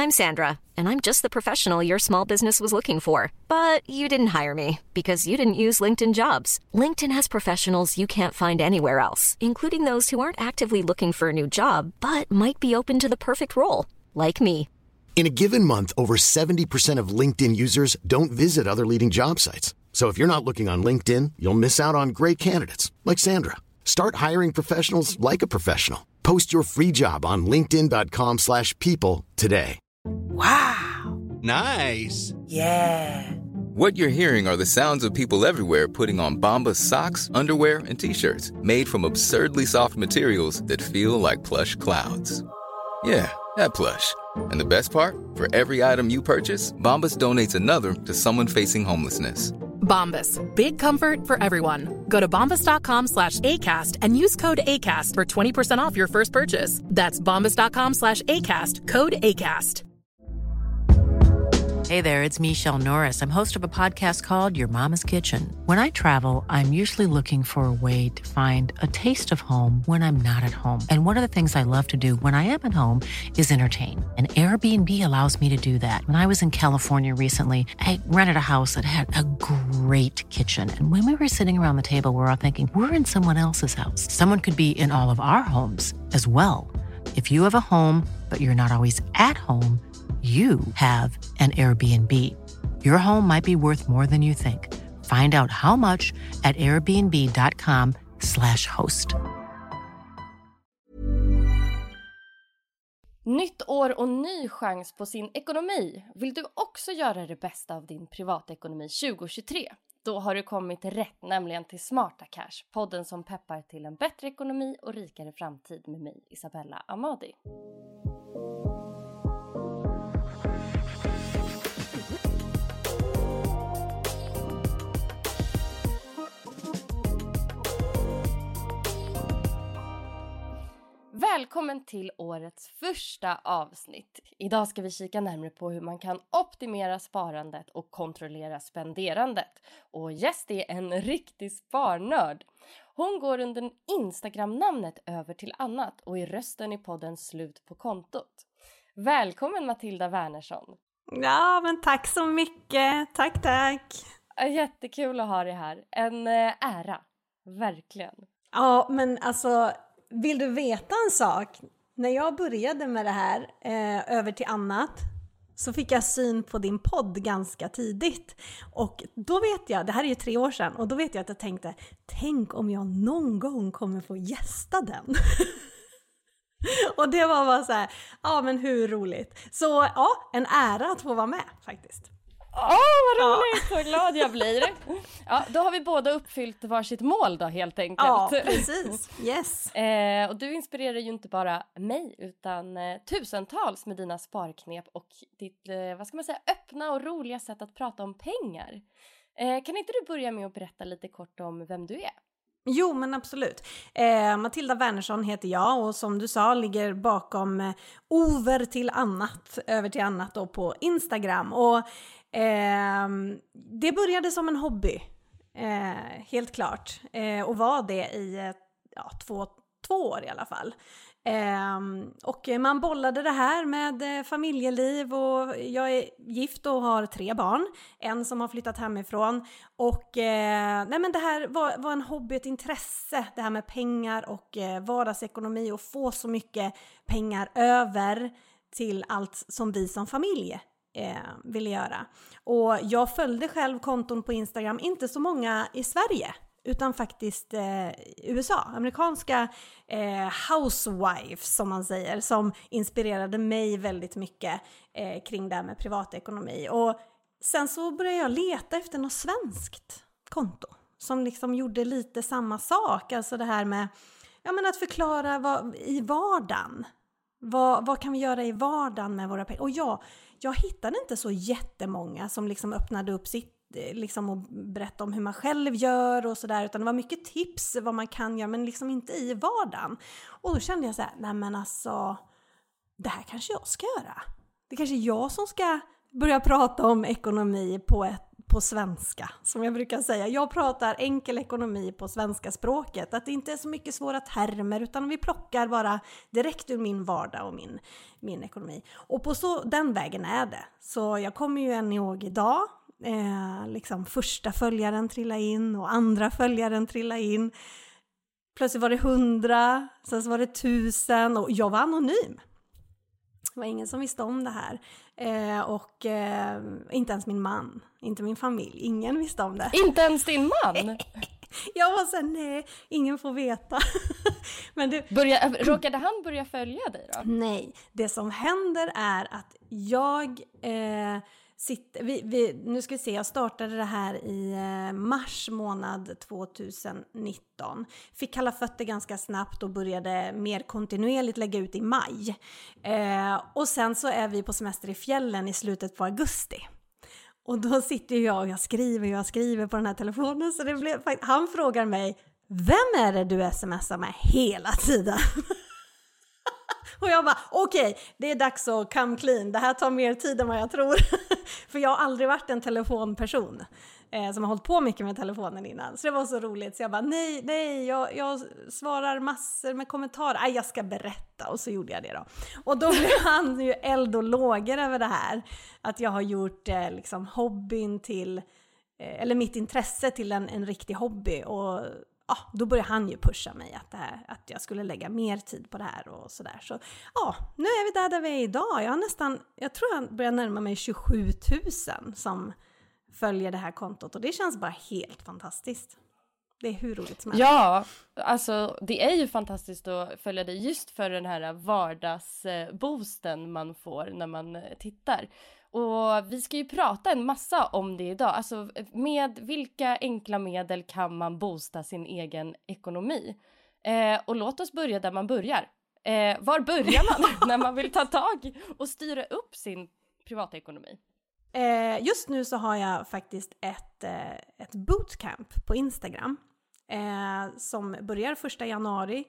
I'm Sandra, and I'm just the professional your small business was looking for. But you didn't hire me because you didn't use LinkedIn Jobs. LinkedIn has professionals you can't find anywhere else, including those who aren't actively looking for a new job, but might be open to the perfect role, like me. In a given month, over 70% of LinkedIn users don't visit other leading job sites. So if you're not looking on LinkedIn, you'll miss out on great candidates like Sandra. Start hiring professionals like a professional. Post your free job on linkedin.com/people today. Wow. Nice. Yeah. What you're hearing are the sounds of people everywhere putting on Bombas socks, underwear, and T-shirts made from absurdly soft materials that feel like plush clouds. Yeah, that plush. And the best part? For every item you purchase, Bombas donates another to someone facing homelessness. Bombas. Big comfort for everyone. Go to bombas.com/ACAST and use code ACAST for 20% off your first purchase. That's bombas.com/ACAST. Code ACAST. Hey there, it's Michelle Norris. I'm host of a podcast called Your Mama's Kitchen. When I travel, I'm usually looking for a way to find a taste of home when I'm not at home. And one of the things I love to do when I am at home is entertain. And Airbnb allows me to do that. When I was in California recently, I rented a house that had a great kitchen. And when we were sitting around the table, we were all thinking, we're in someone else's house. Someone could be in all of our homes as well. If you have a home, but you're not always at home, you have an Airbnb. Your home might be worth more than you think. Find out how much at airbnb.com/host. Nytt år och ny chans på sin ekonomi. Vill du också göra det bästa av din privatekonomi 2023? Då har du kommit rätt, nämligen till Smarta Cash. Podden som peppar till en bättre ekonomi och rikare framtid med mig, Isabella Amadi. Välkommen till årets första avsnitt. Idag ska vi kika närmare på hur man kan optimera sparandet och kontrollera spenderandet. Och Jess är en riktig sparnörd. Hon går under Instagram-namnet Över till annat och är rösten i podden Slut på kontot. Välkommen Matilda Wernersson. Ja, men tack så mycket. Tack. Jättekul att ha dig här. En ära, verkligen. Ja, men alltså... Vill du veta en sak? När jag började med det här, Över till annat, så fick jag syn på din podd ganska tidigt. Och då vet jag, det här är ju 3 år sedan, och då vet jag att jag tänkte, tänk om jag någon gång kommer få gästa den. Och det var bara så här, ja men hur roligt. Så ja, en ära att få vara med faktiskt. Vad roligt, så glad jag blir. Ja, då har vi båda uppfyllt varsitt mål då helt enkelt. Ja, precis. Yes. Och du inspirerar ju inte bara mig utan tusentals med dina sparknep och ditt, vad ska man säga, öppna och roliga sätt att prata om pengar. Kan inte du börja med att berätta lite kort om vem du är? Jo, men absolut. Matilda Wernersson heter jag och som du sa ligger bakom Över till annat då på Instagram. Och det började som en hobby, helt klart. Och var det i 2 år i alla fall. Och man bollade det här med familjeliv och jag är gift och har 3 barn. En som har flyttat hemifrån. Och nej men det här var en hobby, ett intresse. Det här med pengar och vardagsekonomi och få så mycket pengar över till allt som vi som familj ville göra. Och jag följde själv konton på Instagram, inte så många i Sverige utan faktiskt USA, amerikanska housewives som man säger, som inspirerade mig väldigt mycket kring det här med privatekonomi. Och sen så började jag leta efter något svenskt konto som liksom gjorde lite samma sak, alltså det här med att förklara i vardagen. Vad kan vi göra i vardagen med våra pengar? Och jag hittade inte så jättemånga som liksom öppnade upp sitt liksom och berätta om hur man själv gör och sådär, utan det var mycket tips vad man kan göra men liksom inte i vardagen. Och då kände jag så här, nej men alltså det här kanske jag ska göra. Det kanske är jag som ska börja prata om ekonomi på svenska, som jag brukar säga. Jag pratar enkel ekonomi på svenska språket. Att det inte är så mycket svåra termer, utan vi plockar bara direkt ur min vardag och min ekonomi. Och på den vägen är det. Så jag kommer ju än ihåg idag, liksom första följaren trilla in och andra följaren trilla in. Plötsligt var det 100, sen så var det 1000 och jag var anonym. Det var ingen som visste om det här. Och inte ens min man, inte min familj, ingen visste om det. Inte ens din man? Jag var så här, nej, ingen får veta. Men råkade han börja följa dig då? Nej, det som händer är att jag nu ska vi se, jag startade det här i mars månad 2019. Fick kalla fötter ganska snabbt och började mer kontinuerligt lägga ut i maj. Och sen så är vi på semester i fjällen i slutet på augusti. Och då sitter jag och jag skriver på den här telefonen. Så han frågar mig, vem är det du smsar med hela tiden? Och jag bara, okej, det är dags att come clean. Det här tar mer tid än vad jag tror. För jag har aldrig varit en telefonperson som har hållit på mycket med telefonen innan. Så det var så roligt. Så jag bara, nej, jag svarar massor med kommentarer. Nej, jag ska berätta. Och så gjorde jag det då. Och då blev han ju eld och lågor över det här. Att jag har gjort liksom hobbyn till, eller mitt intresse till en riktig hobby. Och då började han ju pusha mig att jag skulle lägga mer tid på det här och sådär. Så nu är vi där vi är idag. Jag tror jag börjar närma mig 27 000 som följer det här kontot. Och det känns bara helt fantastiskt. Det är hur roligt som helst. Ja, alltså det är ju fantastiskt att följa dig just för den här vardagsboosten man får när man tittar. Och vi ska ju prata en massa om det idag. Alltså med vilka enkla medel kan man boosta sin egen ekonomi? Och låt oss börja där man börjar. Var börjar man när man vill ta tag och styra upp sin privatekonomi? Just nu så har jag faktiskt ett bootcamp på Instagram som börjar 1 januari.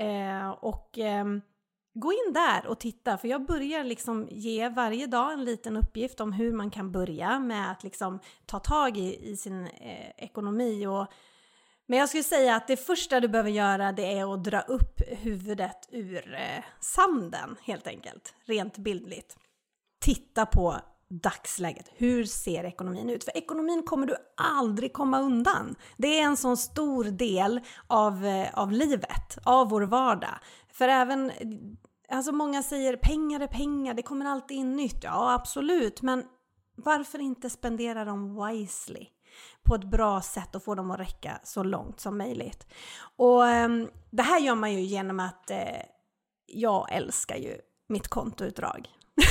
Gå in där och titta, för jag börjar liksom ge varje dag en liten uppgift om hur man kan börja med att liksom ta tag i sin ekonomi. Men jag skulle säga att det första du behöver göra, det är att dra upp huvudet ur sanden helt enkelt, rent bildligt. Titta på dagsläget. Hur ser ekonomin ut? För ekonomin kommer du aldrig komma undan. Det är en sån stor del av livet, av vår vardag. För även, alltså många säger pengar är pengar, det kommer alltid in nytt. Ja, absolut. Men varför inte spendera dem wisely? På ett bra sätt och få dem att räcka så långt som möjligt. Och det här gör man ju genom att jag älskar ju mitt kontoutdrag.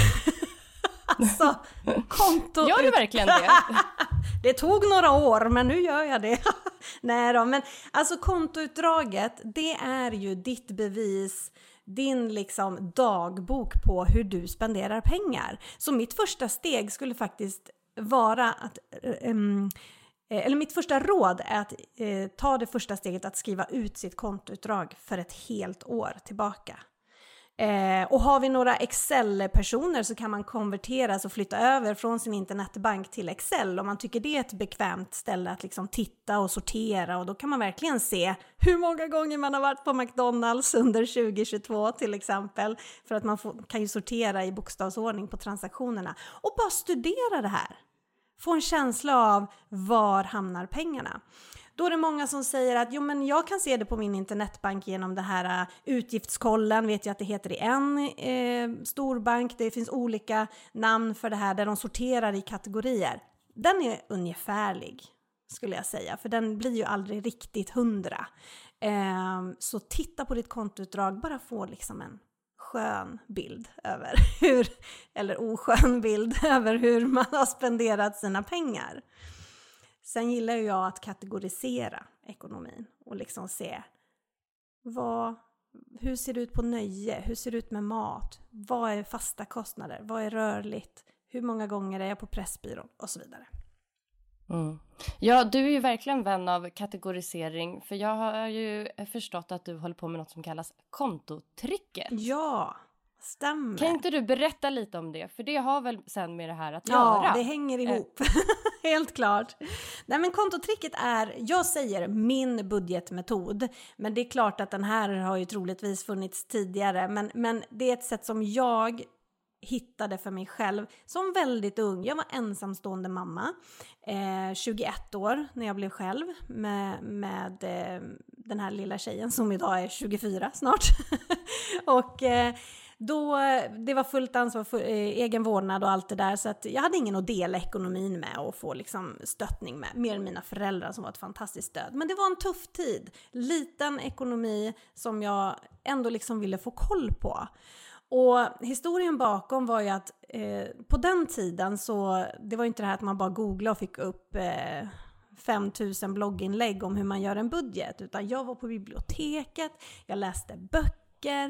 Alltså, Gör du verkligen det? Det tog några år, men nu gör jag det. Nej då, men alltså kontoutdraget, det är ju ditt bevis, din liksom dagbok på hur du spenderar pengar. Så mitt första steg skulle faktiskt vara att eller mitt första råd är att ta det första steget att skriva ut sitt kontoutdrag för ett helt år tillbaka. Och har vi några Excel-personer så kan man konverteras och flytta över från sin internetbank till Excel om man tycker det är ett bekvämt ställe att liksom titta och sortera, och då kan man verkligen se hur många gånger man har varit på McDonalds under 2022 till exempel, för att man kan ju sortera i bokstavsordning på transaktionerna och bara studera det här. Få en känsla av var hamnar pengarna. Då är det många som säger att men jag kan se det på min internetbank genom det här utgiftskollen, vet jag att det heter i en storbank. Det finns olika namn för det här där de sorterar i kategorier. Den är ungefärlig skulle jag säga, för den blir ju aldrig riktigt 100. Så titta på ditt kontoutdrag, bara få liksom en skön bild över eller oskön bild över hur man har spenderat sina pengar. Sen gillar jag att kategorisera ekonomin och liksom se hur ser det ut på nöje, hur ser det ut med mat, vad är fasta kostnader, vad är rörligt, hur många gånger är jag på Pressbyrån och så vidare. Mm. Ja, du är ju verkligen vän av kategorisering, för jag har ju förstått att du håller på med något som kallas kontotricket. Ja. Stämmer. Kan inte du berätta lite om det? För det har väl sen med det här att göra? Ja, det hänger ihop. Helt klart. Nej, men kontotricket är, jag säger min budgetmetod. Men det är klart att den här har ju troligtvis funnits tidigare. Men det är ett sätt som jag hittade för mig själv som väldigt ung. Jag var ensamstående mamma, 21 år när jag blev själv med den här lilla tjejen som idag är 24 snart. Och då, det var fullt ansvar för egen vårdnad och allt det där, så att jag hade ingen att dela ekonomin med och få liksom stöttning med, mer än mina föräldrar som var ett fantastiskt stöd. Men det var en tuff tid, liten ekonomi som jag ändå liksom ville få koll på. Och historien bakom var ju att på den tiden så, det var inte det här att man bara googlade och fick upp 5000 blogginlägg om hur man gör en budget, utan jag var på biblioteket, jag läste böcker,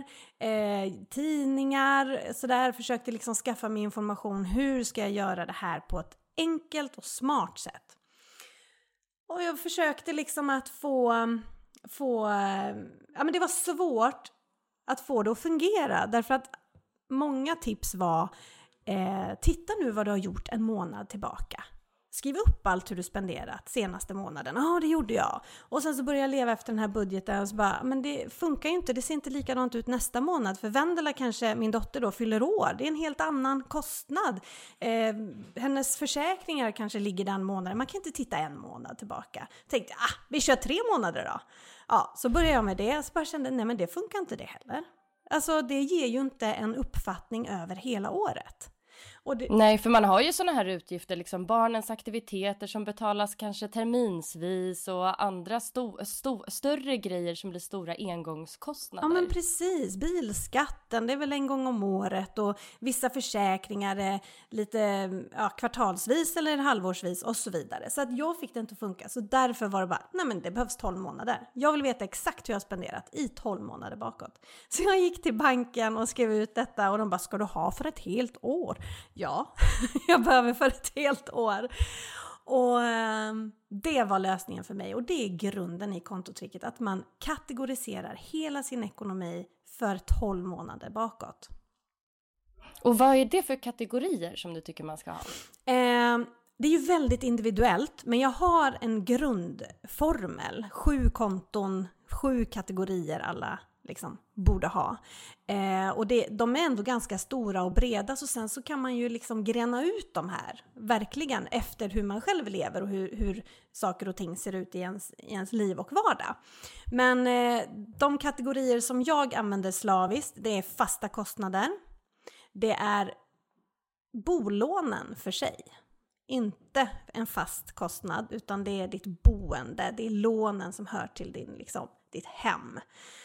tidningar, så där, försökte liksom skaffa mig information, hur ska jag göra det här på ett enkelt och smart sätt. Och jag försökte liksom att få ja, men det var svårt att få det att fungera, därför att många tips var titta nu vad du har gjort en månad tillbaka. Skriv upp allt hur du spenderat senaste månaden. Ja, det gjorde jag. Och sen så började jag leva efter den här budgeten och så bara, men det funkar ju inte, det ser inte likadant ut nästa månad. För Vendela, kanske min dotter då, fyller år. Det är en helt annan kostnad. Hennes försäkringar kanske ligger den månaden. Man kan inte titta en månad tillbaka. Tänkte, vi kör 3 månader då. Ja, så började jag med det. Så bara kände, nej men det funkar inte det heller. Alltså det ger ju inte en uppfattning över hela året. Nej, för man har ju såna här utgifter, liksom barnens aktiviteter som betalas kanske terminsvis och andra större grejer som blir stora engångskostnader. Ja, men precis. Bilskatten, det är väl en gång om året, och vissa försäkringar är lite kvartalsvis eller halvårsvis och så vidare. Så att jag fick det inte att funka, så därför var det bara, nej men det behövs 12 månader. Jag vill veta exakt hur jag har spenderat i 12 månader bakåt. Så jag gick till banken och skrev ut detta och de bara, ska du ha för ett helt år? Ja, jag behöver för ett helt år. Och det var lösningen för mig. Och det är grunden i kontotricket. Att man kategoriserar hela sin ekonomi för 12 månader bakåt. Och vad är det för kategorier som du tycker man ska ha? Det är ju väldigt individuellt. Men jag har en grundformel. 7 konton, 7 kategorier alla liksom borde ha. Och de är ändå ganska stora och breda, så sen så kan man ju liksom grena ut de här verkligen efter hur man själv lever och hur saker och ting ser ut i ens liv och vardag. Men de kategorier som jag använder slaviskt, det är fasta kostnader, det är bolånen för sig, inte en fast kostnad, utan det är ditt boende, det är lånen som hör till ditt hem.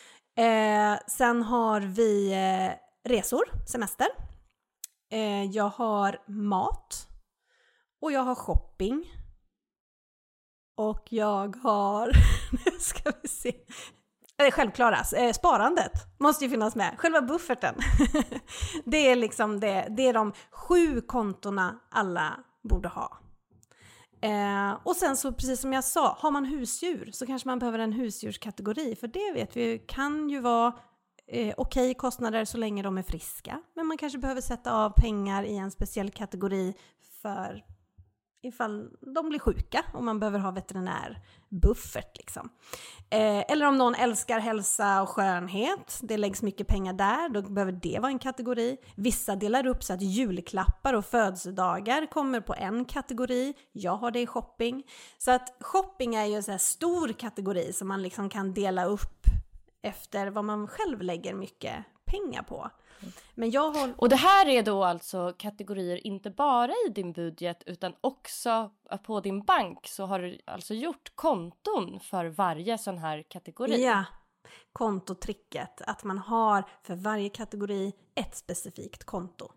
Sen har vi resor, semester. Jag har mat. Och jag har shopping. Och jag har, nu ska vi se. Självklara, sparandet måste ju finnas med. Själva bufferten. Det är liksom det är de 7 kontona alla borde ha. Och sen så, precis som jag sa, har man husdjur så kanske man behöver en husdjurskategori. För det vet vi kan ju vara okej kostnader så länge de är friska. Men man kanske behöver sätta av pengar i en speciell kategori för ifall de blir sjuka och man behöver ha veterinärbuffert liksom. Eller om någon älskar hälsa och skönhet, det läggs mycket pengar där, då behöver det vara en kategori. Vissa delar upp så att julklappar och födelsedagar kommer på en kategori. Jag har det i shopping. Så att shopping är ju en så här stor kategori som man liksom kan dela upp efter vad man själv lägger mycket pengar på. Men och det här är då alltså kategorier inte bara i din budget utan också på din bank, så har du alltså gjort konton för varje sån här kategori. Ja, kontotricket, att man har för varje kategori ett specifikt konto.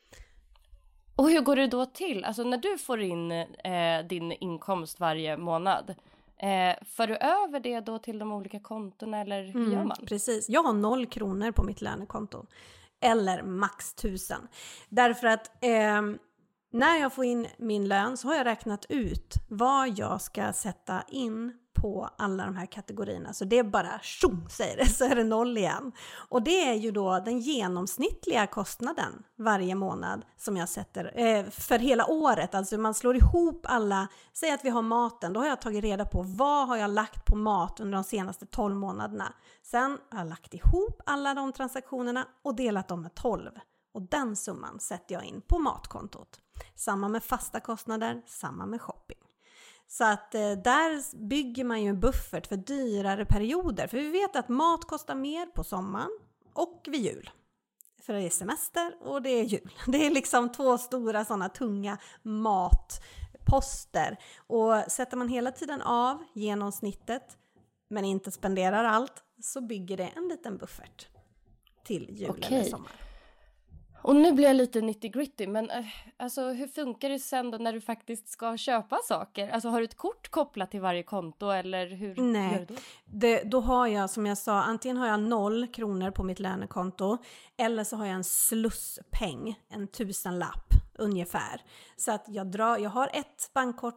Och hur går det då till? Alltså när du får in din inkomst varje månad, för du över det då till de olika kontona, eller hur gör man? Precis, jag har 0 kronor på mitt lönekonto. Eller max 1000. Därför att när jag får in min lön så har jag räknat ut vad jag ska sätta in på alla de här kategorierna. Så det är bara tjong, säger det, så är det 0 igen. Och det är ju då den genomsnittliga kostnaden varje månad som jag sätter för hela året. Alltså man slår ihop alla, säg att vi har maten, då har jag tagit reda på vad har jag lagt på mat under de senaste 12 månaderna. Sen har jag lagt ihop alla de transaktionerna och delat dem med 12. Och den summan sätter jag in på matkontot. Samma med fasta kostnader, samma med shopping. Så att där bygger man ju en buffert för dyrare perioder. För vi vet att mat kostar mer på sommaren och vid jul. För det är semester och det är jul. Det är liksom 2 stora sådana tunga matposter. Och sätter man hela tiden av genomsnittet men inte spenderar allt, så bygger det en liten buffert till jul eller sommar. Och nu blir jag lite nitty-gritty, men alltså, hur funkar det sen då när du faktiskt ska köpa saker? Alltså har du ett kort kopplat till varje konto eller hur gör du då? Då har jag, som jag sa, antingen har jag 0 kronor på mitt lönekonto eller så har jag en slusspeng, en 1000-lapp ungefär. Så att jag har ett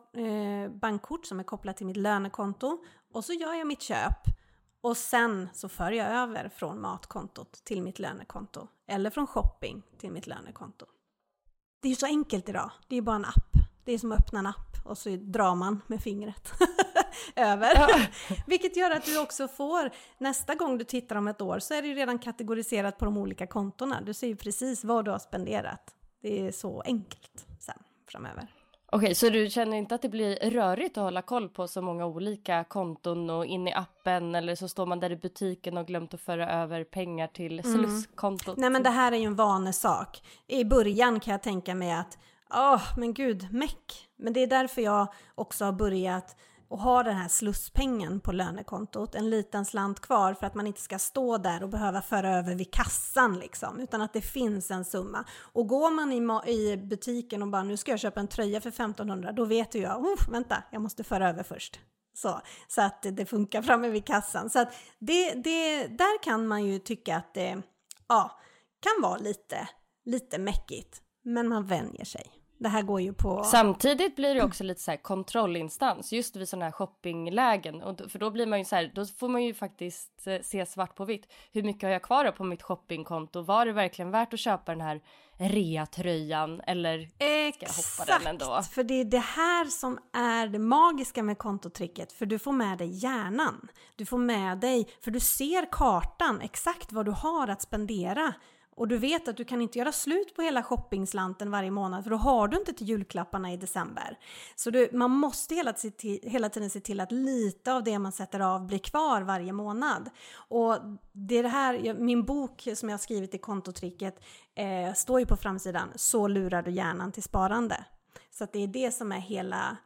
bankkort som är kopplat till mitt lönekonto och så gör jag mitt köp. Och sen så för jag över från matkontot till mitt lönekonto. Eller från shopping till mitt lönekonto. Det är ju så enkelt idag. Det är bara en app. Det är som att öppna en app och så drar man med fingret över. Ja. Vilket gör att du också får, nästa gång du tittar om ett år så är det ju redan kategoriserat på de olika kontona. Du ser ju precis vad du har spenderat. Det är så enkelt sen framöver. Okej, så du känner inte att det blir rörigt att hålla koll på så många olika konton och in i appen, eller så står man där i butiken och glömt att föra över pengar till slusskontot? Nej, men det här är ju en vanesak. I början kan jag tänka mig att men gud, meck. Men det är därför jag också har börjat och ha den här slusspengen på lönekontot, en liten slant kvar, för att man inte ska stå där och behöva föra över vid kassan liksom, utan att det finns en summa. Och går man i butiken och bara, nu ska jag köpa en tröja för 1500, då vet ju jag, vänta, jag måste föra över först. Så att det funkar framme vid kassan. Så att där kan man ju tycka att det kan vara lite mäckigt, men man vänjer sig. Det här går ju på... Samtidigt blir det också lite så här kontrollinstans just vid sådana här shoppinglägen. För då blir man ju så här, då får man ju faktiskt se svart på vitt. Hur mycket har jag kvar på mitt shoppingkonto? Var det verkligen värt att köpa den här rea-tröjan? Eller ska jag hoppa den ändå? Exakt, för det är det här som är det magiska med kontotricket. För du får med dig hjärnan. Du får med dig, för du ser kartan, exakt vad du har att spendera. Och du vet att du kan inte göra slut på hela shoppingslanten varje månad, för då har du inte till julklapparna i december. Så man måste hela tiden se till att lite av det man sätter av blir kvar varje månad. Och det är det här, min bok som jag har skrivit i kontotricket står ju på framsidan, så lurar du hjärnan till sparande. Så att det är det som är hela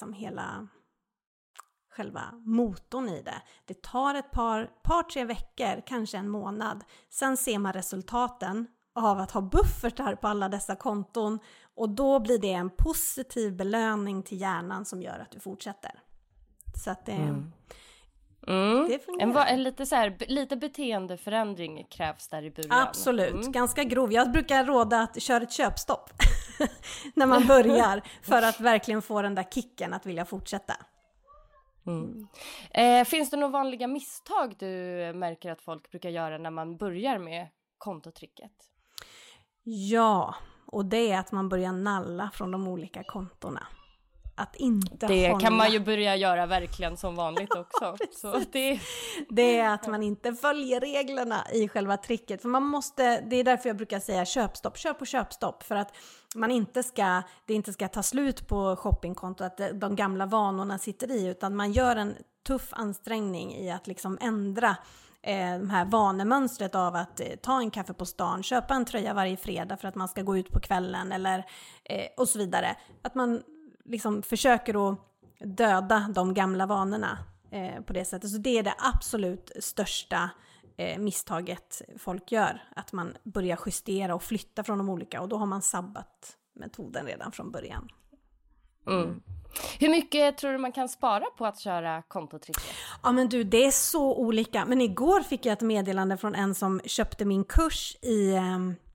själva motorn i det. Det tar ett par 3 veckor, kanske en månad. Sen ser man resultaten av att ha buffertar på alla dessa konton. Och då blir det en positiv belöning till hjärnan som gör att du fortsätter. Så att det fungerar. En lite beteendeförändring krävs där i början. Absolut, ganska grov. Jag brukar råda att köra ett köpstopp när man börjar, för att verkligen få den där kicken att vilja fortsätta. Finns det några vanliga misstag du märker att folk brukar göra när man börjar med kontotricket? Ja, och det är att man börjar nalla från de olika kontona. Att inte det kan man ju börja göra verkligen som vanligt också. Så det är att man inte följer reglerna i själva tricket. För det är därför jag brukar säga köpstopp. Kör på köpstopp, för att det inte ska ta slut på shoppingkonto, att de gamla vanorna sitter i, utan man gör en tuff ansträngning i att liksom ändra det här vanemönstret av att ta en kaffe på stan, köpa en tröja varje fredag för att man ska gå ut på kvällen eller och så vidare. Att man liksom försöker att döda de gamla vanorna på det sättet. Så det är det absolut största misstaget folk gör. Att man börjar justera och flytta från de olika. Och då har man sabbat metoden redan från början. Hur mycket tror du man kan spara på att köra kontotricket? Ja, men du, det är så olika. Men igår fick jag ett meddelande från en som köpte min kurs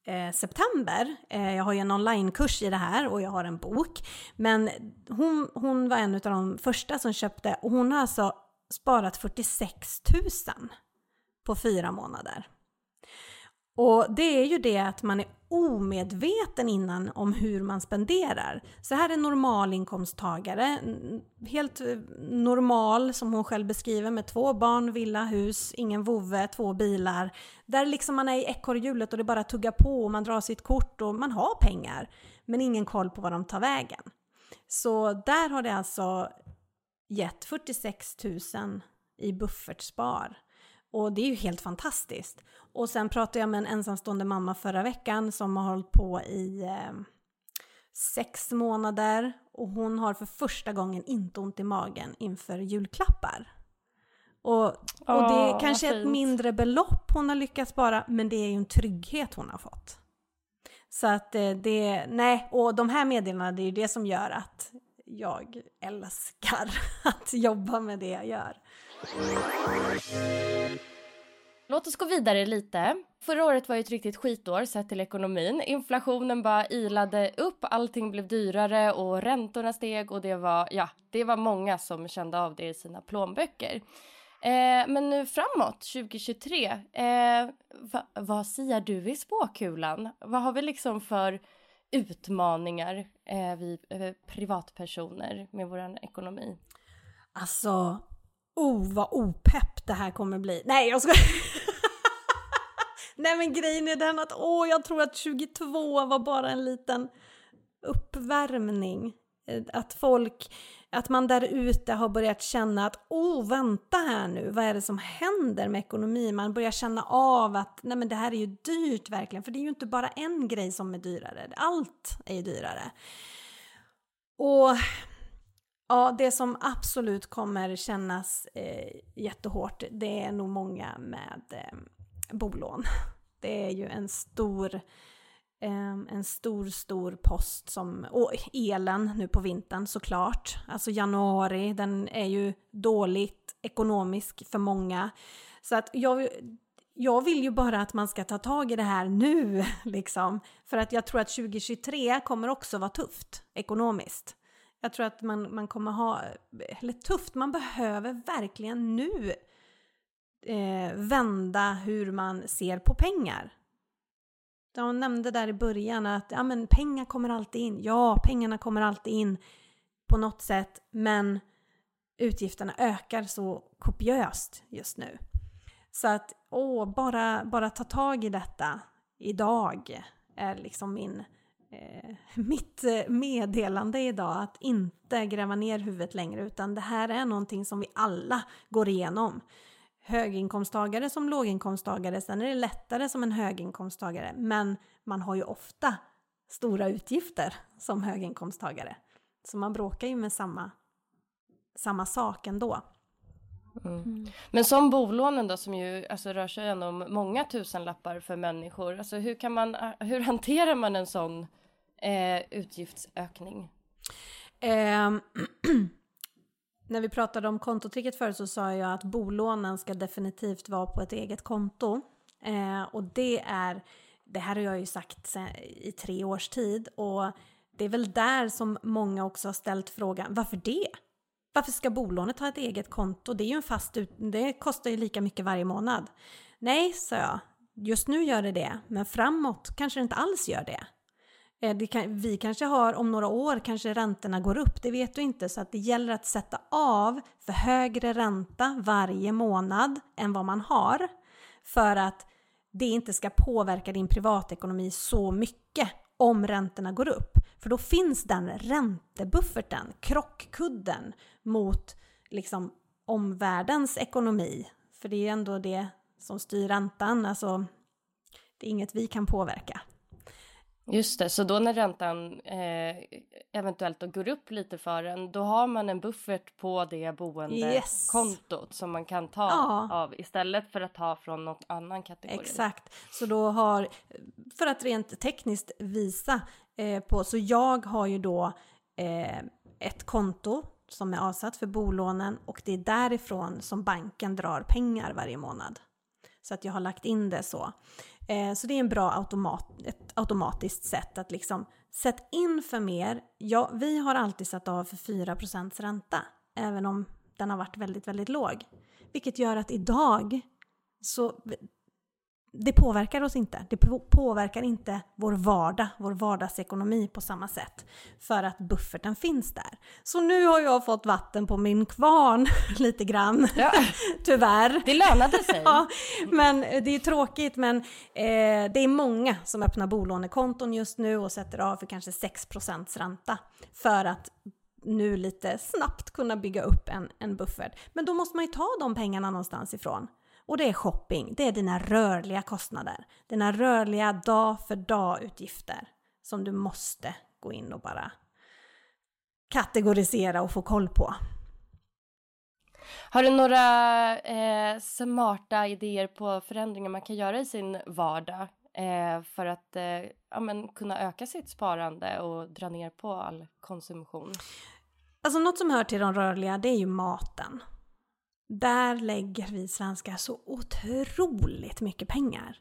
september. Jag har ju en onlinekurs i det här och jag har en bok. Men hon var en av de första som köpte, och hon har alltså sparat 46 000 på 4 månader. Och det är ju det att man är omedveten innan om hur man spenderar. Så här är normalinkomsttagare, helt normal som hon själv beskriver, med 2 barn, villa, hus, ingen vovve, 2 bilar. Där liksom man är i ekorrhjulet och det bara tuggar på och man drar sitt kort och man har pengar. Men ingen koll på vad de tar vägen. Så där har det alltså gett 46 000 i buffertspar. Och det är ju helt fantastiskt. Och sen pratade jag med en ensamstående mamma förra veckan som har hållit på i 6 månader. Och hon har för första gången inte ont i magen inför julklappar. Och det är kanske ett mindre belopp hon har lyckats spara, men det är ju en trygghet hon har fått. Så att och de här meddelandena, det är ju det som gör att jag älskar att jobba med det jag gör. Låt oss gå vidare lite. Förra året var ju ett riktigt skitår sett till ekonomin. Inflationen bara ilade upp, allting blev dyrare och räntorna steg och det var många som kände av det i sina plånböcker. Men nu framåt, 2023, vad säger du i spåkulan? Vad har vi liksom för utmaningar vi privatpersoner med vår ekonomi? Alltså, vad opepp det här kommer bli. Nej, jag ska... Nej, men grejen är den att jag tror att 22 var bara en liten uppvärmning. Att man där ute har börjat känna att vänta här nu, vad är det som händer med ekonomin? Man börjar känna av att nej, men det här är ju dyrt verkligen, för det är ju inte bara en grej som är dyrare, allt är ju dyrare. Och ja, det som absolut kommer kännas jättehårt, det är nog många med bolån. Det är ju en stor post och elen nu på vintern såklart. Alltså januari, den är ju dåligt ekonomisk för många. Så att jag vill ju bara att man ska ta tag i det här nu liksom. För att jag tror att 2023 kommer också vara tufft ekonomiskt. Jag tror att man kommer ha, eller tufft, man behöver verkligen nu vända hur man ser på pengar. De nämnde där i början att men pengar kommer alltid in. Ja, pengarna kommer alltid in på något sätt, men utgifterna ökar så kopiöst just nu. Så att bara ta tag i detta idag är liksom mitt meddelande idag, att inte gräva ner huvudet längre, utan det här är någonting som vi alla går igenom. Höginkomsttagare som låginkomsttagare, sen är det lättare som en höginkomsttagare, men man har ju ofta stora utgifter som höginkomsttagare. Så man bråkar ju med samma sak ändå. Men som bolånen då, som ju alltså rör sig om många tusenlappar för människor, alltså hur hanterar man en sån utgiftsökning? När vi pratade om kontotricket förut så sa jag att bolånen ska definitivt vara på ett eget konto. Och det här har jag ju sagt i 3 års tid. Och det är väl där som många också har ställt frågan, varför det? Varför ska bolånet ha ett eget konto? Det är ju det kostar ju lika mycket varje månad. Nej, sa jag. Just nu gör det. Men framåt kanske det inte alls gör det. Vi kanske har om några år, kanske räntorna går upp, det vet du inte. Så att det gäller att sätta av för högre ränta varje månad än vad man har. För att det inte ska påverka din privatekonomi så mycket om räntorna går upp. För då finns den räntebufferten, krockkudden mot liksom omvärldens ekonomi. För det är ändå det som styr räntan, alltså det är inget vi kan påverka. Just det, så då när räntan eventuellt då går upp lite för en, då har man en buffert på det boendekontot som man kan ta av istället för att ta från något annan kategori. Exakt, så då för att rent tekniskt visa så jag har ju då ett konto som är avsatt för bolånen, och det är därifrån som banken drar pengar varje månad. Så att jag har lagt in det så. Så det är en bra ett automatiskt sätt att liksom sätt in för mer. Ja, vi har alltid satt av för 4% ränta, även om den har varit väldigt, väldigt låg. Vilket gör att idag så det påverkar oss inte. Det påverkar inte vår vardagsekonomi på samma sätt. För att bufferten finns där. Så nu har jag fått vatten på min kvarn lite grann. Ja. Tyvärr. Det lönade sig. Ja, men det är tråkigt. Men det är många som öppnar bolånekonton just nu och sätter av för kanske 6% ränta. För att nu lite snabbt kunna bygga upp en buffert. Men då måste man ju ta de pengarna någonstans ifrån. Och det är shopping, det är dina rörliga kostnader. Dina rörliga dag för dag utgifter som du måste gå in och bara kategorisera och få koll på. Har du några smarta idéer på förändringar man kan göra i sin vardag för att kunna öka sitt sparande och dra ner på all konsumtion? Alltså något som hör till de rörliga, det är ju maten. Där lägger vi svenskar så otroligt mycket pengar.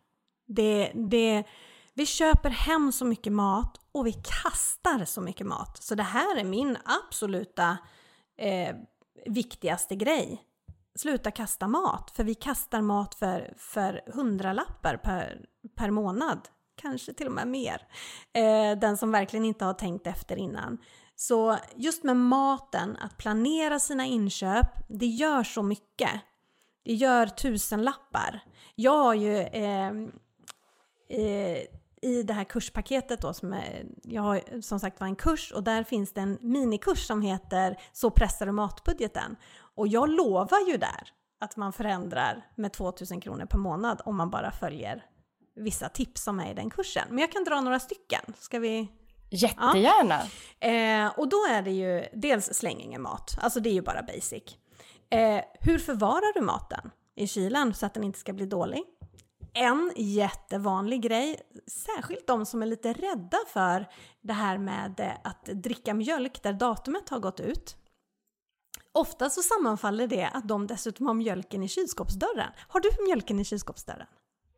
Vi köper hem så mycket mat och vi kastar så mycket mat. Så det här är min absoluta viktigaste grej. Sluta kasta mat. För vi kastar mat för 100-lappar per månad. Kanske till och med mer. Den som verkligen inte har tänkt efter innan. Så just med maten, att planera sina inköp, det gör så mycket. Det gör 1000-lappar. Jag har ju i det här kurspaketet då, jag har som sagt var en kurs och där finns det en minikurs som heter Så pressar du matbudgeten. Och jag lovar ju där att man förändrar med 2000 kronor per månad om man bara följer vissa tips som är i den kursen. Men jag kan dra några stycken. Ska vi... Jättegärna. Ja. Och då är det ju dels släng ingen mat. Alltså det är ju bara basic. Hur förvarar du maten i kylen så att den inte ska bli dålig? En jättevanlig grej, särskilt de som är lite rädda för det här med att dricka mjölk där datumet har gått ut. Ofta så sammanfaller det att de dessutom har mjölken i kylskåpsdörren. Har du mjölken i kylskåpsdörren?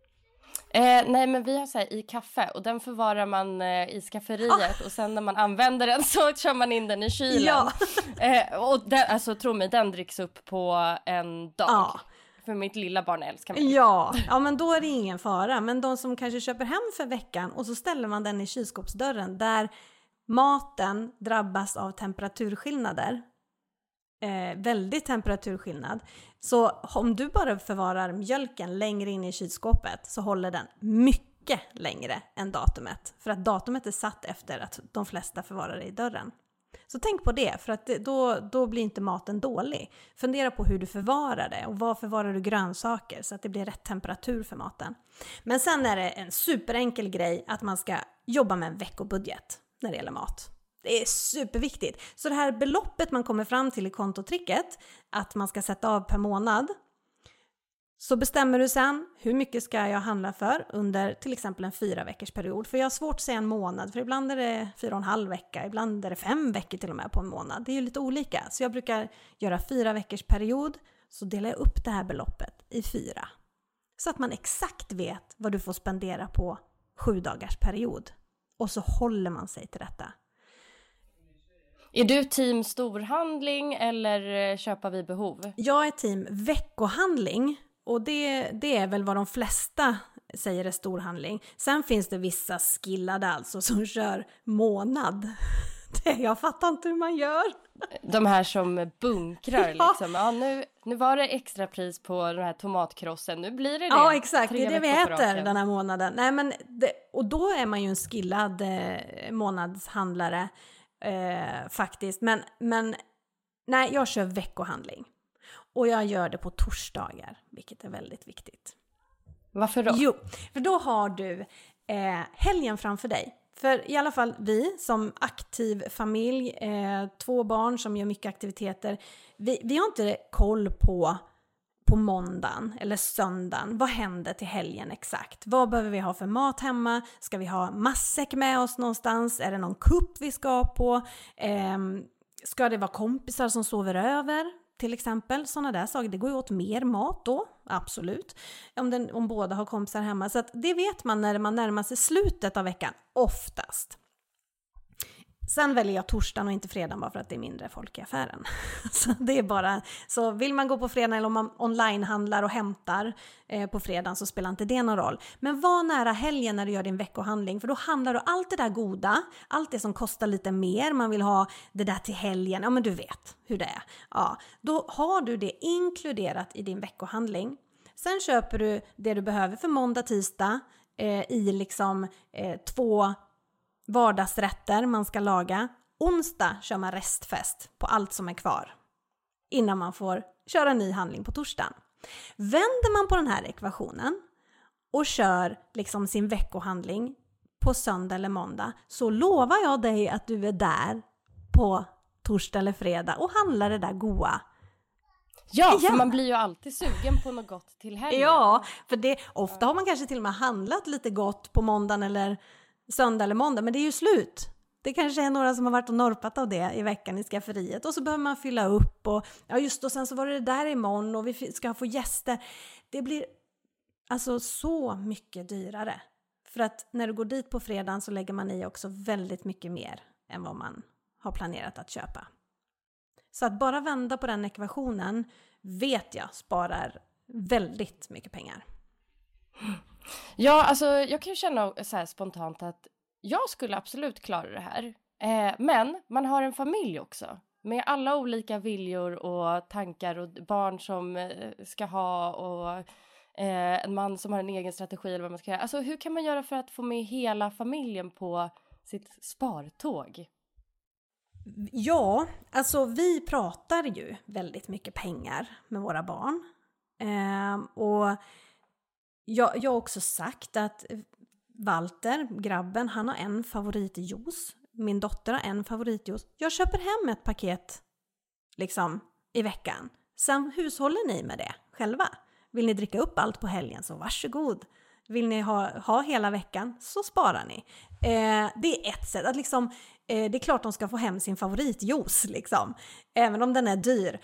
Nej, men vi har så här i kaffe och den förvarar man i skafferiet och sen när man använder den så kör man in den i kylen. Ja. Och den, alltså tro mig, den dricks upp på en dag. Ja. För mitt lilla barn älskar mig. Ja, men då är det ingen fara. Men de som kanske köper hem för veckan och så ställer man den i kylskåpsdörren där maten drabbas av temperaturskillnader. Väldigt temperaturskillnad. Så om du bara förvarar mjölken längre in i kylskåpet så håller den mycket längre än datumet. För att datumet är satt efter att de flesta förvarar det i dörren. Så tänk på det, för att då blir inte maten dålig. Fundera på hur du förvarar det och var förvarar du grönsaker så att det blir rätt temperatur för maten. Men sen är det en superenkel grej att man ska jobba med en veckobudget när det gäller mat. Det är superviktigt. Så det här beloppet man kommer fram till i kontotricket, att man ska sätta av per månad, så bestämmer du sen hur mycket ska jag handla för under till exempel en 4 veckors period. För jag har svårt att säga en månad, för ibland är det 4,5 vecka, ibland är det 5 veckor till och med på en månad. Det är ju lite olika. Så jag brukar göra 4 veckors period, så delar jag upp det här beloppet i 4. Så att man exakt vet vad du får spendera på 7 dagars period. Och så håller man sig till detta. Är du team storhandling eller köpa vid behov? Jag är team veckohandling och det är väl vad de flesta säger är storhandling. Sen finns det vissa skillade alltså som kör månad. Jag fattar inte hur man gör. De här som bunkrar liksom. Ja, nu var det extra pris på den här tomatkrossen. Nu blir det. Ja, exakt. Det är det vi äter den här månaden. Nej, men och då är man ju en skillad månadshandlare. Faktiskt, men nej, jag kör veckohandling och jag gör det på torsdagar, vilket är väldigt viktigt. Varför då? Jo, för då har du helgen framför dig. För i alla fall vi som aktiv familj, 2 barn som gör mycket aktiviteter, vi har inte koll på måndagen eller söndagen. Vad händer till helgen exakt? Vad behöver vi ha för mat hemma? Ska vi ha matsäck med oss någonstans? Är det någon kupp vi ska på? Ska det vara kompisar som sover över? till exempel. Sådana där saker. Det går ju åt mer mat då, absolut. Om båda har kompisar hemma. Så att det vet man när man närmar sig slutet av veckan, oftast. Sen väljer jag torsdagen och inte fredagen bara för att det är mindre folk i affären. Så det är bara, så vill man gå på fredagen eller om man online-handlar och hämtar på fredagen så spelar inte det någon roll. Men var nära helgen när du gör din veckohandling, för då handlar du allt det där goda, allt det som kostar lite mer, man vill ha det där till helgen, ja men du vet hur det är. Ja, då har du det inkluderat i din veckohandling. Sen köper du det du behöver för måndag, tisdag i liksom 2 vardagsrätter man ska laga. Onsdag kör man restfest på allt som är kvar innan man får köra ny handling på torsdagen. Vänder man på den här ekvationen och kör liksom sin veckohandling på söndag eller måndag, så lovar jag dig att du är där på torsdag eller fredag och handlar det där goa. Ja, för man blir ju alltid sugen på något gott till helgen. Ja, för ofta har man kanske till och med handlat lite gott på måndagen eller söndag eller måndag, men det är ju slut. Det kanske är några som har varit och norpat av det i veckan i skafferiet och så behöver man fylla upp och ja just och sen så var det där imorgon och vi ska få gäster. Det blir alltså så mycket dyrare. För att när du går dit på fredagen så lägger man i också väldigt mycket mer än vad man har planerat att köpa. Så att bara vända på den ekvationen vet jag sparar väldigt mycket pengar. Ja, alltså jag kan ju känna så här spontant att jag skulle absolut klara det här. Men man har en familj också. Med alla olika viljor och tankar och barn som ska ha och en man som har en egen strategi eller vad man ska göra. Alltså hur kan man göra för att få med hela familjen på sitt spartåg? Ja, alltså vi pratar ju väldigt mycket pengar med våra barn. Och jag har också sagt att Walter, grabben, han har en favoritjuice. Min dotter har en favoritjuice. Jag köper hem ett paket liksom i veckan. Sen hushåller ni med det själva. Vill ni dricka upp allt på helgen så varsågod. Vill ni ha hela veckan så sparar ni. Det är ett sätt att liksom, det är klart de ska få hem sin favoritjuice liksom. Även om den är dyr.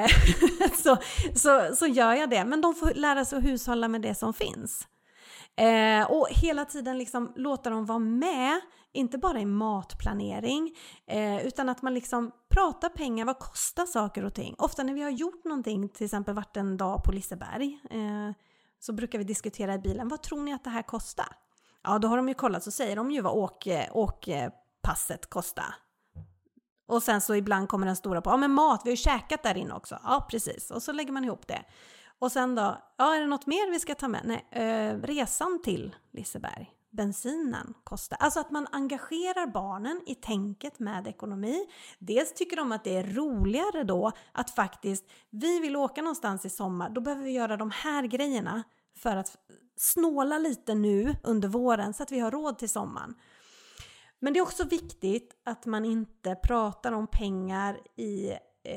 Så gör jag det. Men de får lära sig att hushålla med det som finns. Och hela tiden liksom låta dem vara med. Inte bara i matplanering. Utan att man liksom pratar pengar. Vad kostar saker och ting? Ofta när vi har gjort någonting. Till exempel varit en dag på Liseberg. Så brukar vi diskutera i bilen. Vad tror ni att det här kostar? Ja, då har de ju kollat så säger de ju vad åkpasset kostar. Och sen så ibland kommer den stora på. Ja men mat, vi har ju käkat där inne också. Ja precis, och så lägger man ihop det. Och sen då, ja är det något mer vi ska ta med? Nej, resan till Liseberg. Bensinen kostar. Alltså att man engagerar barnen i tänket med ekonomi. Dels tycker de att det är roligare då att faktiskt, vi vill åka någonstans i sommar. Då behöver vi göra de här grejerna för att snåla lite nu under våren så att vi har råd till sommaren. Men det är också viktigt att man inte pratar om pengar i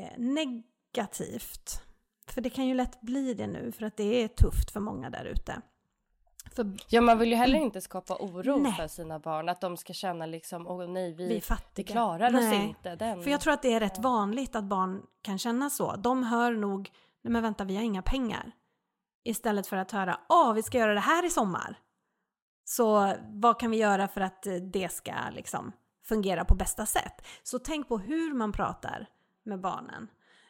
negativt. För det kan ju lätt bli det nu för att det är tufft för många där ute. Ja, man vill ju heller inte skapa oro för sina barn. Att de ska känna liksom, åh nej, vi klarar oss inte. För jag tror att det är rätt vanligt att barn kan känna så. De hör nog, nej men vänta, vi har inga pengar. Istället för att höra, vi ska göra det här i sommar. Så vad kan vi göra för att det ska liksom fungera på bästa sätt? Så tänk på hur man pratar med barnen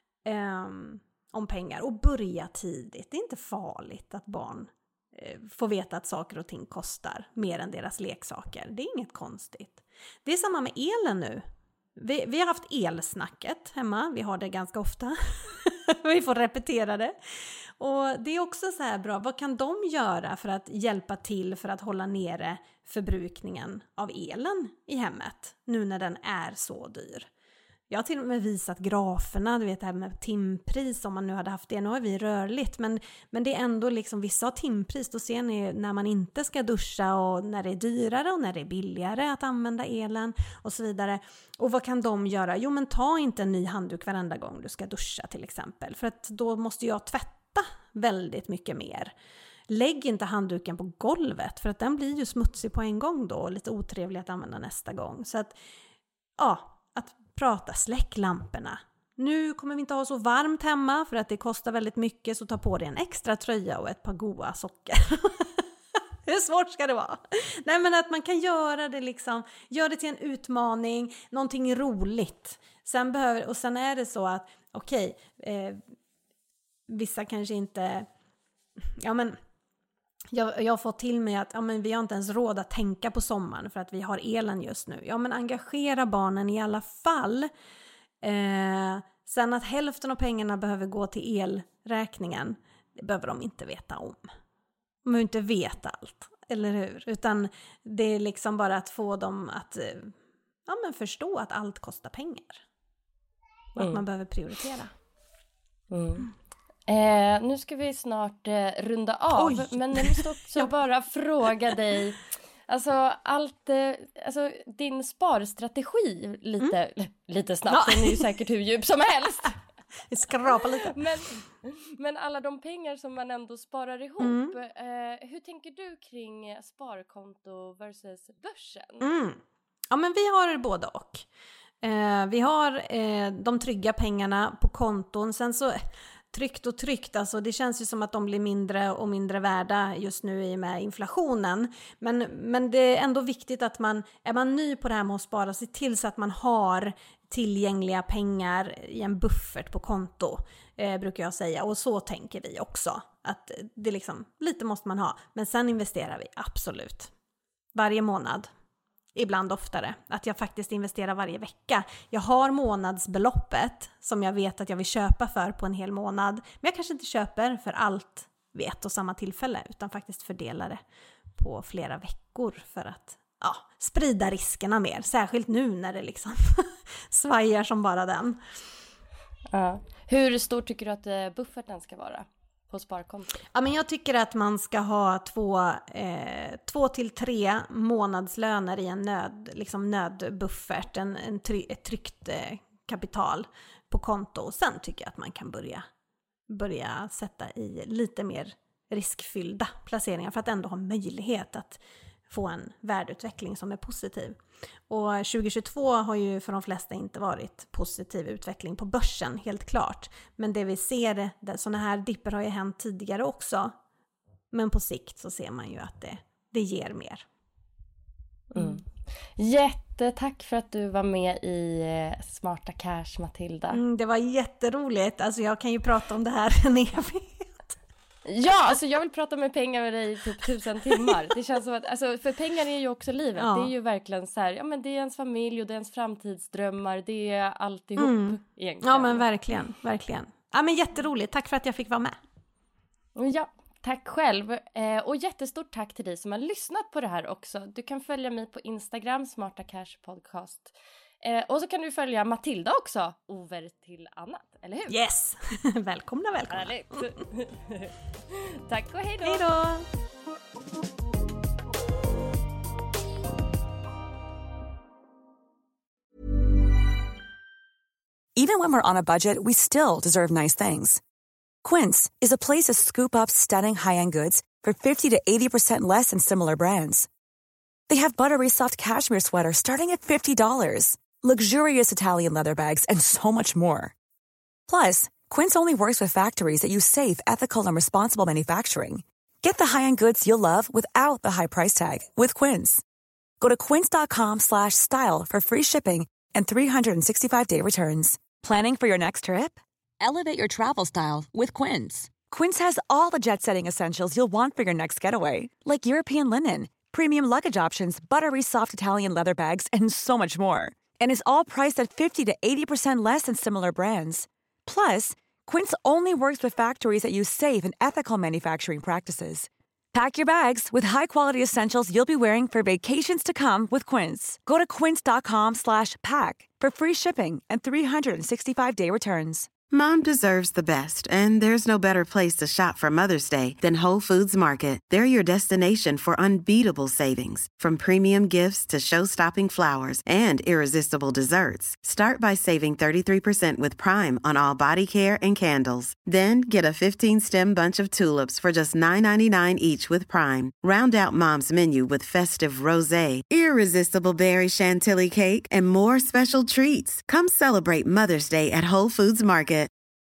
om pengar. Och börja tidigt. Det är inte farligt att barn får veta att saker och ting kostar mer än deras leksaker. Det är inget konstigt. Det är samma med elen nu. Vi har haft elsnacket hemma. Vi har det ganska ofta. Vi får repetera det. Och det är också så här bra. Vad kan de göra för att hjälpa till för att hålla nere förbrukningen av elen i hemmet? Nu när den är så dyr. Jag har till och med visat graferna, du vet det här med timpris om man nu hade haft det. Nu har vi rörligt men det är ändå liksom vissa har timpris. Då ser ni när man inte ska duscha och när det är dyrare och när det är billigare att använda elen och så vidare. Och vad kan de göra? Jo men ta inte en ny handduk varenda gång du ska duscha till exempel. För att då måste jag tvätta väldigt mycket mer. Lägg inte handduken på golvet för att den blir ju smutsig på en gång då och lite otrevlig att använda nästa gång. Så att, att prata, släck lamporna. Nu kommer vi inte ha så varmt hemma för att det kostar väldigt mycket, så ta på dig en extra tröja och ett par goda socker. Hur svårt ska det vara? Nej, men att man kan göra det liksom, gör det till en utmaning, någonting roligt. Sen är det så att vissa kanske inte, jag har fått till mig att vi har inte ens råd att tänka på sommaren för att vi har elen just nu. Ja, men engagera barnen i alla fall. Sen att hälften av pengarna behöver gå till elräkningen, det behöver de inte veta om. De behöver inte veta allt, eller hur? Utan det är liksom bara att få dem att förstå att allt kostar pengar. Och att man behöver prioritera. Nu ska vi snart runda av. Oj. Men jag måste också bara fråga dig. Alltså din sparstrategi lite snabbt. Den är ju säkert hur djup som helst. Vi skrapar lite. Men alla de pengar som man ändå sparar ihop. Hur tänker du kring sparkonto versus börsen? Ja, men vi har både och. Vi har de trygga pengarna på konton. Sen så tryckt. Alltså det känns ju som att de blir mindre och mindre värda just nu i och med inflationen. Men det är ändå viktigt att är man ny på det här med att spara, se till så att man har tillgängliga pengar i en buffert på konto, brukar jag säga. Och så tänker vi också. Att det liksom, lite måste man ha. Men sen investerar vi, absolut. Varje månad. Ibland oftare. Att jag faktiskt investerar varje vecka. Jag har månadsbeloppet som jag vet att jag vill köpa för på en hel månad. Men jag kanske inte köper för allt vid ett och samma tillfälle. Utan faktiskt fördelar det på flera veckor för att sprida riskerna mer. Särskilt nu när det liksom svajar som bara den. Hur stor tycker du att bufferten ska vara på sparkonto? Ja, men jag tycker att man ska ha 2 till 3 månadslöner i en nödbuffert, ett tryggt kapital på konto. Sen tycker jag att man kan börja sätta i lite mer riskfyllda placeringar för att ändå ha möjlighet att få en värdeutveckling som är positiv. Och 2022 har ju för de flesta inte varit positiv utveckling på börsen, helt klart. Men det vi ser, sådana här dipper har ju hänt tidigare också. Men på sikt så ser man ju att det ger mer. Jättetack för att du var med i Smarta Cash, Matilda. Det var jätteroligt. Alltså jag kan ju prata om det här en evighet. Ja, alltså jag vill prata med pengar med dig i typ 1000 timmar. Det känns som att, alltså, för pengar är ju också livet. Det är ju verkligen så här, men det är ens familj och det är ens framtidsdrömmar. Det är alltihop egentligen. Ja, men verkligen. Ja, men jätteroligt. Tack för att jag fick vara med. Ja, tack själv. Och jättestort tack till dig som har lyssnat på det här också. Du kan följa mig på Instagram, Smarta Cash Podcast. Och så kan du följa Matilda också, over till annat, eller hur? Yes! välkomna. Tack och hej då! Hej då! Even when we're on a budget, we still deserve nice things. Quince is a place to scoop up stunning high-end goods for 50 to 80% less than similar brands. They have buttery soft cashmere sweaters starting at $50, luxurious Italian leather bags, and so much more. Plus, Quince only works with factories that use safe, ethical, and responsible manufacturing. Get the high-end goods you'll love without the high price tag with Quince. Go to quince.com/style for free shipping and 365-day returns. Planning for your next trip? Elevate your travel style with Quince. Quince has all the jet-setting essentials you'll want for your next getaway, like European linen, premium luggage options, buttery soft Italian leather bags, and so much more. And is all priced at 50 to 80% less than similar brands. Plus, Quince only works with factories that use safe and ethical manufacturing practices. Pack your bags with high-quality essentials you'll be wearing for vacations to come with Quince. Go to quince.com/pack for free shipping and 365-day returns. Mom deserves the best, and there's no better place to shop for Mother's Day than Whole Foods Market. They're your destination for unbeatable savings, from premium gifts to show-stopping flowers and irresistible desserts. Start by saving 33% with Prime on all body care and candles. Then get a 15-stem bunch of tulips for just $9.99 each with Prime. Round out Mom's menu with festive rosé, irresistible berry chantilly cake, and more special treats. Come celebrate Mother's Day at Whole Foods Market.